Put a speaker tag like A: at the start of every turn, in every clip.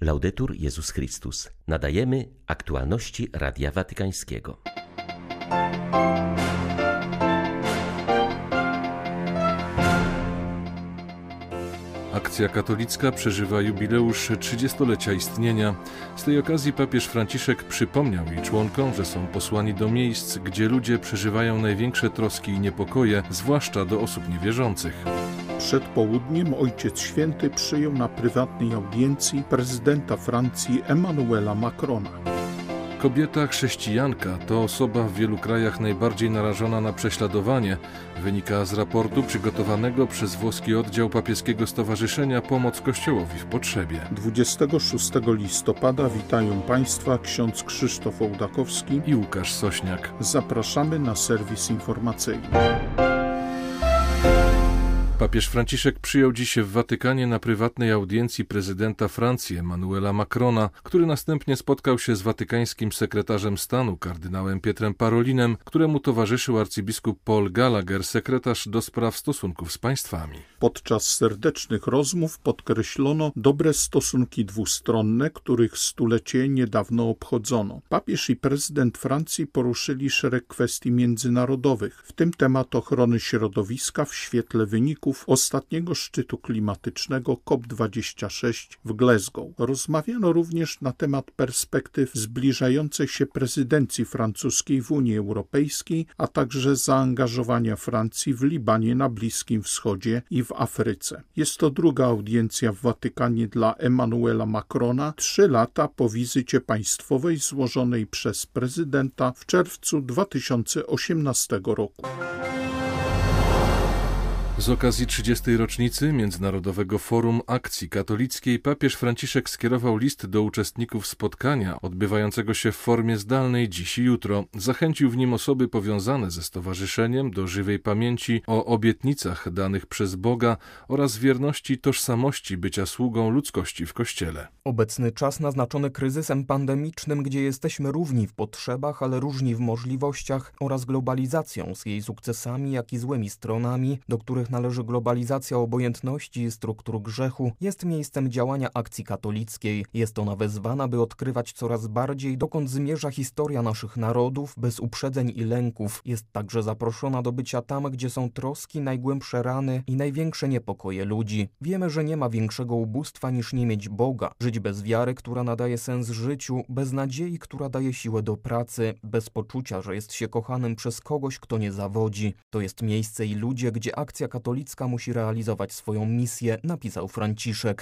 A: Laudetur Jezus Chrystus. Nadajemy aktualności Radia Watykańskiego.
B: Akcja katolicka przeżywa jubileusz 30-lecia istnienia. Z tej okazji papież Franciszek przypomniał jej członkom, że są posłani do miejsc, gdzie ludzie przeżywają największe troski i niepokoje, zwłaszcza do osób niewierzących.
C: Przed południem Ojciec Święty przyjął na prywatnej audiencji prezydenta Francji Emmanuela Macrona.
B: Kobieta chrześcijanka to osoba w wielu krajach najbardziej narażona na prześladowanie, wynika z raportu przygotowanego przez włoski oddział papieskiego stowarzyszenia Pomoc Kościołowi w Potrzebie.
C: 26 listopada witają Państwa ksiądz Krzysztof Ołdakowski
B: i Łukasz Sośniak.
C: Zapraszamy na serwis informacyjny.
B: Papież Franciszek przyjął dziś w Watykanie na prywatnej audiencji prezydenta Francji Emmanuela Macrona, który następnie spotkał się z watykańskim sekretarzem stanu kardynałem Pietrem Parolinem, któremu towarzyszył arcybiskup Paul Gallagher, sekretarz do spraw stosunków z państwami.
C: Podczas serdecznych rozmów podkreślono dobre stosunki dwustronne, których stulecie niedawno obchodzono. Papież i prezydent Francji poruszyli szereg kwestii międzynarodowych, w tym temat ochrony środowiska w świetle wyników ostatniego szczytu klimatycznego COP26 w Glasgow. Rozmawiano również na temat perspektyw zbliżającej się prezydencji francuskiej w Unii Europejskiej, a także zaangażowania Francji w Libanie, na Bliskim Wschodzie i w Afryce. Jest to druga audiencja w Watykanie dla Emmanuela Macrona, 3 lata po wizycie państwowej złożonej przez prezydenta w czerwcu 2018 roku.
B: Z okazji 30. rocznicy Międzynarodowego Forum Akcji Katolickiej papież Franciszek skierował list do uczestników spotkania odbywającego się w formie zdalnej dziś i jutro. Zachęcił w nim osoby powiązane ze stowarzyszeniem do żywej pamięci o obietnicach danych przez Boga oraz wierności tożsamości bycia sługą ludzkości w Kościele.
D: Obecny czas naznaczony kryzysem pandemicznym, gdzie jesteśmy równi w potrzebach, ale różni w możliwościach, oraz globalizacją z jej sukcesami, jak i złymi stronami, do których należy globalizacja obojętności i struktur grzechu, jest miejscem działania Akcji Katolickiej. Jest ona wezwana, by odkrywać coraz bardziej, dokąd zmierza historia naszych narodów, bez uprzedzeń i lęków. Jest także zaproszona do bycia tam, gdzie są troski, najgłębsze rany i największe niepokoje ludzi. Wiemy, że nie ma większego ubóstwa niż nie mieć Boga. Żyć bez wiary, która nadaje sens życiu, bez nadziei, która daje siłę do pracy, bez poczucia, że jest się kochanym przez kogoś, kto nie zawodzi. To jest miejsce i ludzie, gdzie Akcja Katolicka musi realizować swoją misję, napisał Franciszek.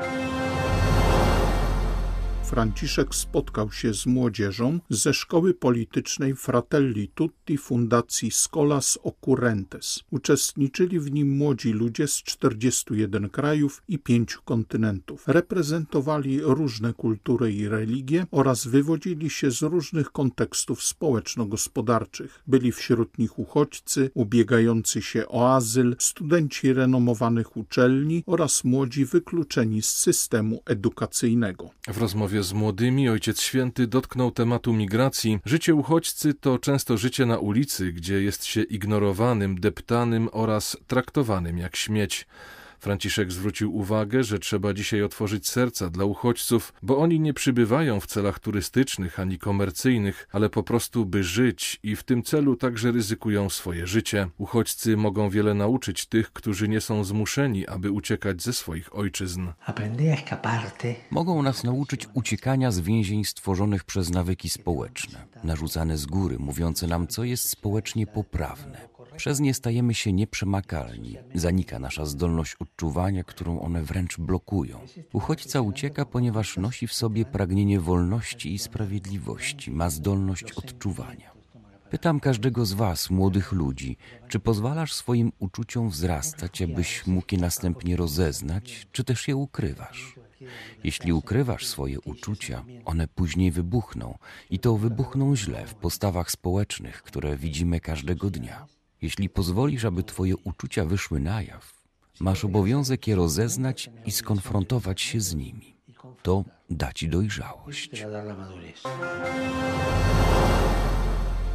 C: Franciszek spotkał się z młodzieżą ze szkoły politycznej Fratelli Tutti Fundacji Scholas Occurrentes. Uczestniczyli w nim młodzi ludzie z 41 krajów i 5 kontynentów. Reprezentowali różne kultury i religie oraz wywodzili się z różnych kontekstów społeczno-gospodarczych. Byli wśród nich uchodźcy, ubiegający się o azyl, studenci renomowanych uczelni oraz młodzi wykluczeni z systemu edukacyjnego.
B: W rozmowie z młodymi Ojciec Święty dotknął tematu migracji. Życie uchodźcy to często życie na ulicy, gdzie jest się ignorowanym, deptanym oraz traktowanym jak śmieć. Franciszek zwrócił uwagę, że trzeba dzisiaj otworzyć serca dla uchodźców, bo oni nie przybywają w celach turystycznych ani komercyjnych, ale po prostu by żyć i w tym celu także ryzykują swoje życie. Uchodźcy mogą wiele nauczyć tych, którzy nie są zmuszeni, aby uciekać ze swoich ojczyzn.
E: Mogą nas nauczyć uciekania z więzień stworzonych przez nawyki społeczne, narzucane z góry, mówiące nam, co jest społecznie poprawne. Przez nie stajemy się nieprzemakalni. Zanika nasza zdolność odczuwania, którą one wręcz blokują. Uchodźca ucieka, ponieważ nosi w sobie pragnienie wolności i sprawiedliwości, ma zdolność odczuwania. Pytam każdego z was, młodych ludzi, czy pozwalasz swoim uczuciom wzrastać, abyś mógł je następnie rozeznać, czy też je ukrywasz? Jeśli ukrywasz swoje uczucia, one później wybuchną i to wybuchną źle w postawach społecznych, które widzimy każdego dnia. Jeśli pozwolisz, aby twoje uczucia wyszły na jaw, masz obowiązek je rozeznać i skonfrontować się z nimi. To da ci dojrzałość.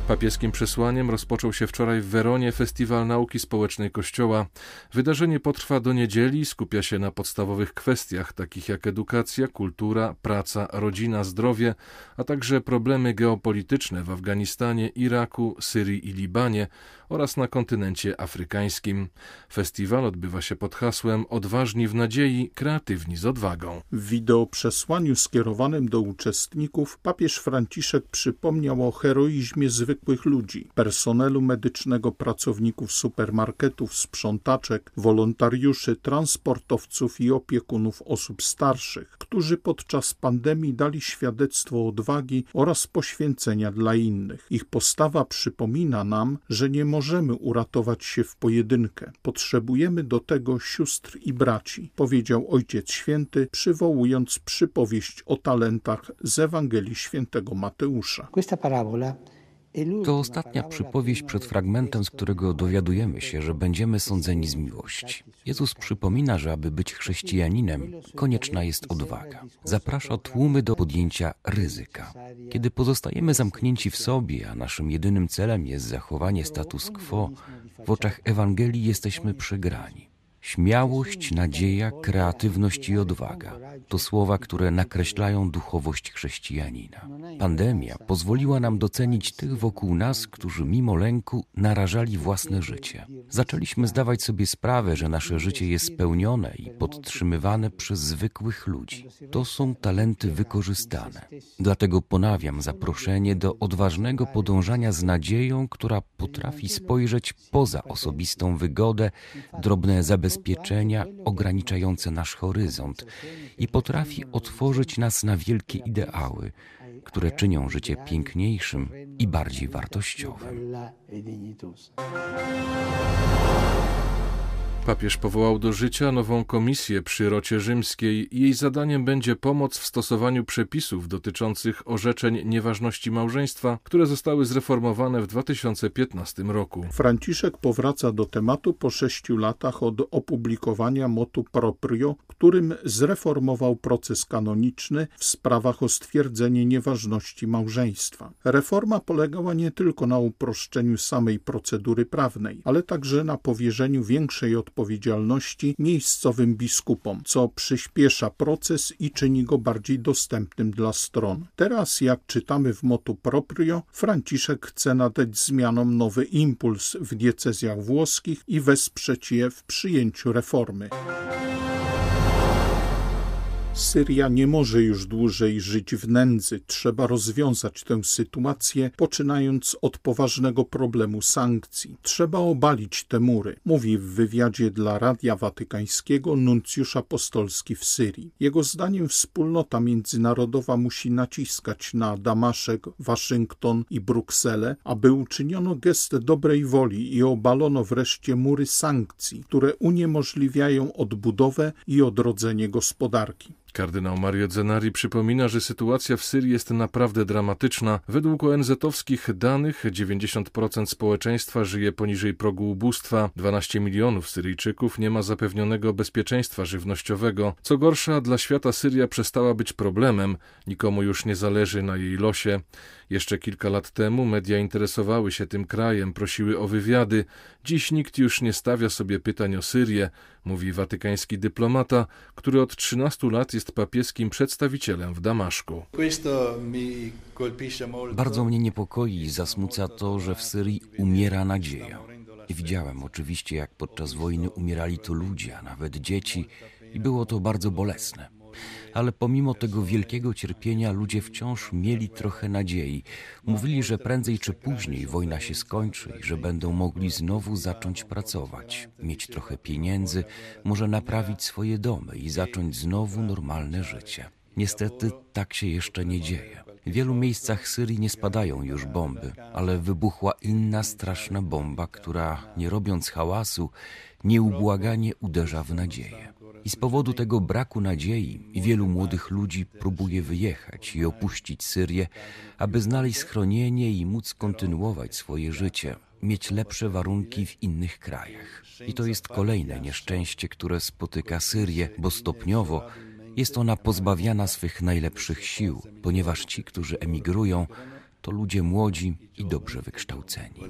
B: Papieskim przesłaniem rozpoczął się wczoraj w Weronie Festiwal Nauki Społecznej Kościoła. Wydarzenie potrwa do niedzieli, skupia się na podstawowych kwestiach, takich jak edukacja, kultura, praca, rodzina, zdrowie, a także problemy geopolityczne w Afganistanie, Iraku, Syrii i Libanie oraz na kontynencie afrykańskim. Festiwal odbywa się pod hasłem Odważni w nadziei, kreatywni z odwagą.
C: W wideoprzesłaniu skierowanym do uczestników papież Franciszek przypomniał o heroizmie zwykłych ludzi, personelu medycznego, pracowników supermarketów, sprzątaczek, wolontariuszy, transportowców i opiekunów osób starszych, którzy podczas pandemii dali świadectwo odwagi oraz poświęcenia dla innych. Ich postawa przypomina nam, że nie możemy uratować się w pojedynkę. Potrzebujemy do tego sióstr i braci, powiedział Ojciec Święty, przywołując przypowieść o talentach z Ewangelii Świętego Mateusza.
E: To ostatnia przypowieść przed fragmentem, z którego dowiadujemy się, że będziemy sądzeni z miłości. Jezus przypomina, że aby być chrześcijaninem, konieczna jest odwaga. Zaprasza tłumy do podjęcia ryzyka. Kiedy pozostajemy zamknięci w sobie, a naszym jedynym celem jest zachowanie status quo, w oczach Ewangelii jesteśmy przegrani. Śmiałość, nadzieja, kreatywność i odwaga to słowa, które nakreślają duchowość chrześcijanina. Pandemia pozwoliła nam docenić tych wokół nas, którzy mimo lęku narażali własne życie. Zaczęliśmy zdawać sobie sprawę, że nasze życie jest spełnione i podtrzymywane przez zwykłych ludzi. To są talenty wykorzystane. Dlatego ponawiam zaproszenie do odważnego podążania z nadzieją, która potrafi spojrzeć poza osobistą wygodę, drobne zabezpieczenia ograniczające nasz horyzont i potrafi otworzyć nas na wielkie ideały, które czynią życie piękniejszym i bardziej wartościowym.
B: Papież powołał do życia nową komisję przy Rocie Rzymskiej i jej zadaniem będzie pomoc w stosowaniu przepisów dotyczących orzeczeń nieważności małżeństwa, które zostały zreformowane w 2015 roku.
C: Franciszek powraca do tematu po 6 latach od opublikowania motu proprio, którym zreformował proces kanoniczny w sprawach o stwierdzenie nieważności małżeństwa. Reforma polegała nie tylko na uproszczeniu samej procedury prawnej, ale także na powierzeniu większej odpowiedzialności miejscowym biskupom, co przyspiesza proces i czyni go bardziej dostępnym dla stron. Teraz, jak czytamy w motu proprio, Franciszek chce nadać zmianom nowy impuls w diecezjach włoskich i wesprzeć je w przyjęciu reformy. Syria nie może już dłużej żyć w nędzy. Trzeba rozwiązać tę sytuację, poczynając od poważnego problemu sankcji. Trzeba obalić te mury, mówi w wywiadzie dla Radia Watykańskiego nuncjusz apostolski w Syrii. Jego zdaniem wspólnota międzynarodowa musi naciskać na Damaszek, Waszyngton i Brukselę, aby uczyniono gest dobrej woli i obalono wreszcie mury sankcji, które uniemożliwiają odbudowę i odrodzenie gospodarki.
B: Kardynał Mario Zenari przypomina, że sytuacja w Syrii jest naprawdę dramatyczna. Według ONZ-owskich danych 90% społeczeństwa żyje poniżej progu ubóstwa, 12 milionów Syryjczyków nie ma zapewnionego bezpieczeństwa żywnościowego. Co gorsza, dla świata Syria przestała być problemem, nikomu już nie zależy na jej losie. Jeszcze kilka lat temu media interesowały się tym krajem, prosiły o wywiady. Dziś nikt już nie stawia sobie pytań o Syrię, mówi watykański dyplomata, który od 13 lat jest papieskim przedstawicielem w Damaszku.
E: Bardzo mnie niepokoi i zasmuca to, że w Syrii umiera nadzieja. I widziałem oczywiście, jak podczas wojny umierali tu ludzie, a nawet dzieci, i było to bardzo bolesne. Ale pomimo tego wielkiego cierpienia ludzie wciąż mieli trochę nadziei. Mówili, że prędzej czy później wojna się skończy i że będą mogli znowu zacząć pracować, mieć trochę pieniędzy, może naprawić swoje domy i zacząć znowu normalne życie. Niestety tak się jeszcze nie dzieje. W wielu miejscach Syrii nie spadają już bomby, ale wybuchła inna straszna bomba, która, nie robiąc hałasu, nieubłaganie uderza w nadzieję. I z powodu tego braku nadziei wielu młodych ludzi próbuje wyjechać i opuścić Syrię, aby znaleźć schronienie i móc kontynuować swoje życie, mieć lepsze warunki w innych krajach. I to jest kolejne nieszczęście, które spotyka Syrię, bo stopniowo jest ona pozbawiana swych najlepszych sił, ponieważ ci, którzy emigrują, to ludzie młodzi i dobrze wykształceni.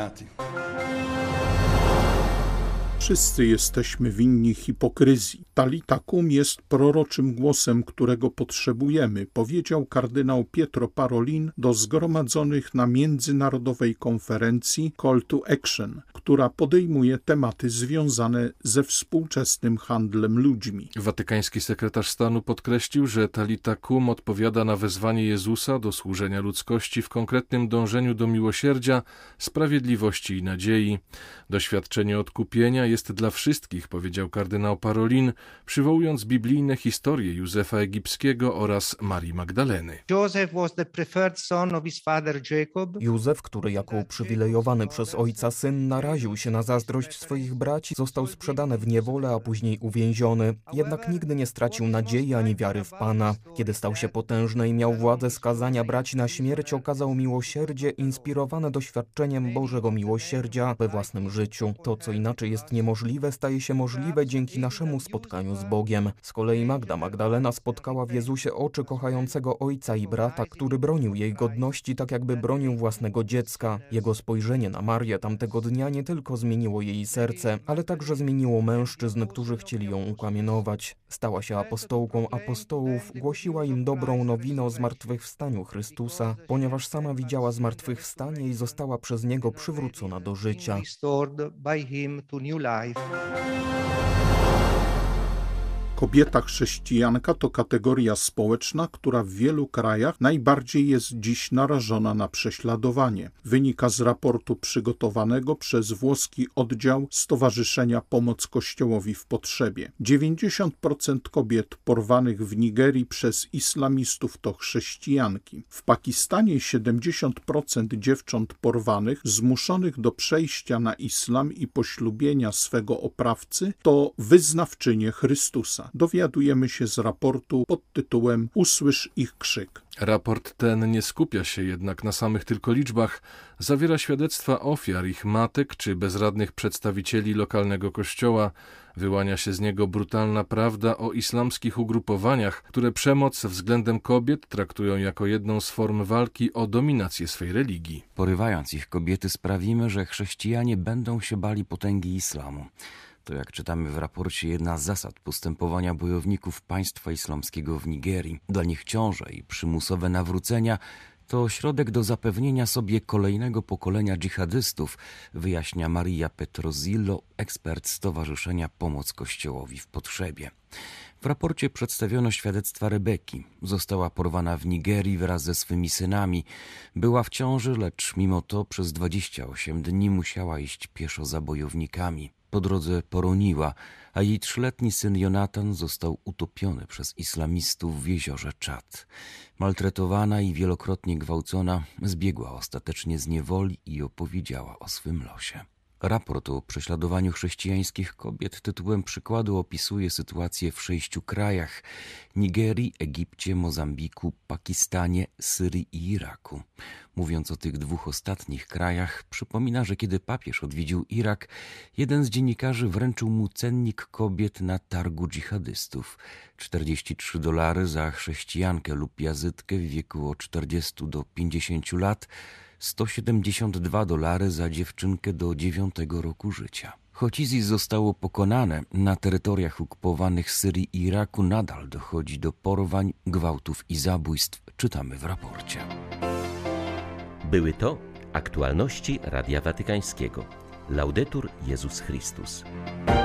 C: Wszyscy jesteśmy winni hipokryzji. Talita Kum jest proroczym głosem, którego potrzebujemy, powiedział kardynał Pietro Parolin do zgromadzonych na międzynarodowej konferencji Call to Action, która podejmuje tematy związane ze współczesnym handlem ludźmi.
B: Watykański sekretarz stanu podkreślił, że Talita Kum odpowiada na wezwanie Jezusa do służenia ludzkości w konkretnym dążeniu do miłosierdzia, sprawiedliwości i nadziei. Doświadczenie odkupienia jest dla wszystkich, powiedział kardynał Parolin, przywołując biblijne historie Józefa Egipskiego oraz Marii Magdaleny.
D: Józef, który jako uprzywilejowany przez ojca syn naraził się na zazdrość swoich braci, został sprzedany w niewolę, a później uwięziony. Jednak nigdy nie stracił nadziei ani wiary w Pana. Kiedy stał się potężny i miał władzę skazania braci na śmierć, okazał miłosierdzie inspirowane doświadczeniem Bożego miłosierdzia we własnym życiu. To, co inaczej jest niemożliwe, staje się możliwe dzięki naszemu spotkaniu z Bogiem. Z kolei Magdalena spotkała w Jezusie oczy kochającego ojca i brata, który bronił jej godności tak jakby bronił własnego dziecka. Jego spojrzenie na Marię tamtego dnia nie tylko zmieniło jej serce, ale także zmieniło mężczyzn, którzy chcieli ją ukamienować. Stała się apostołką apostołów, głosiła im dobrą nowinę o zmartwychwstaniu Chrystusa, ponieważ sama widziała zmartwychwstanie i została przez Niego przywrócona do życia.
C: Kobieta chrześcijanka to kategoria społeczna, która w wielu krajach najbardziej jest dziś narażona na prześladowanie. Wynika z raportu przygotowanego przez włoski oddział Stowarzyszenia Pomoc Kościołowi w Potrzebie. 90% kobiet porwanych w Nigerii przez islamistów to chrześcijanki. W Pakistanie 70% dziewcząt porwanych, zmuszonych do przejścia na islam i poślubienia swego oprawcy, to wyznawczynie Chrystusa. Dowiadujemy się z raportu pod tytułem „Usłysz ich krzyk”.
B: Raport ten nie skupia się jednak na samych tylko liczbach, zawiera świadectwa ofiar, ich matek czy bezradnych przedstawicieli lokalnego kościoła. Wyłania się z niego brutalna prawda o islamskich ugrupowaniach, które przemoc względem kobiet traktują jako jedną z form walki o dominację swej religii.
E: Porywając ich kobiety, sprawimy, że chrześcijanie będą się bali potęgi islamu. To, jak czytamy w raporcie, jedna z zasad postępowania bojowników państwa islamskiego w Nigerii. Dla nich ciąże i przymusowe nawrócenia to środek do zapewnienia sobie kolejnego pokolenia dżihadystów, wyjaśnia Maria Petrozillo, ekspert Stowarzyszenia Pomoc Kościołowi w Potrzebie. W raporcie przedstawiono świadectwa Rebeki. Została porwana w Nigerii wraz ze swymi synami. Była w ciąży, lecz mimo to przez 28 dni musiała iść pieszo za bojownikami. Po drodze poroniła, a jej 3-letni syn Jonatan został utopiony przez islamistów w jeziorze Czad. Maltretowana i wielokrotnie gwałcona, zbiegła ostatecznie z niewoli i opowiedziała o swym losie. Raport o prześladowaniu chrześcijańskich kobiet tytułem przykładu opisuje sytuację w 6 krajach: Nigerii, Egipcie, Mozambiku, Pakistanie, Syrii i Iraku. Mówiąc o tych 2 ostatnich krajach, przypomina, że kiedy papież odwiedził Irak, jeden z dziennikarzy wręczył mu cennik kobiet na targu dżihadystów. $43 za chrześcijankę lub jazytkę w wieku od 40 do 50 lat, $172 za dziewczynkę do 9 roku życia. Choć ISIS zostało pokonane, na terytoriach okupowanych Syrii i Iraku nadal dochodzi do porwań, gwałtów i zabójstw, czytamy w raporcie.
A: Były to aktualności Radia Watykańskiego. Laudetur Jezus Chrystus.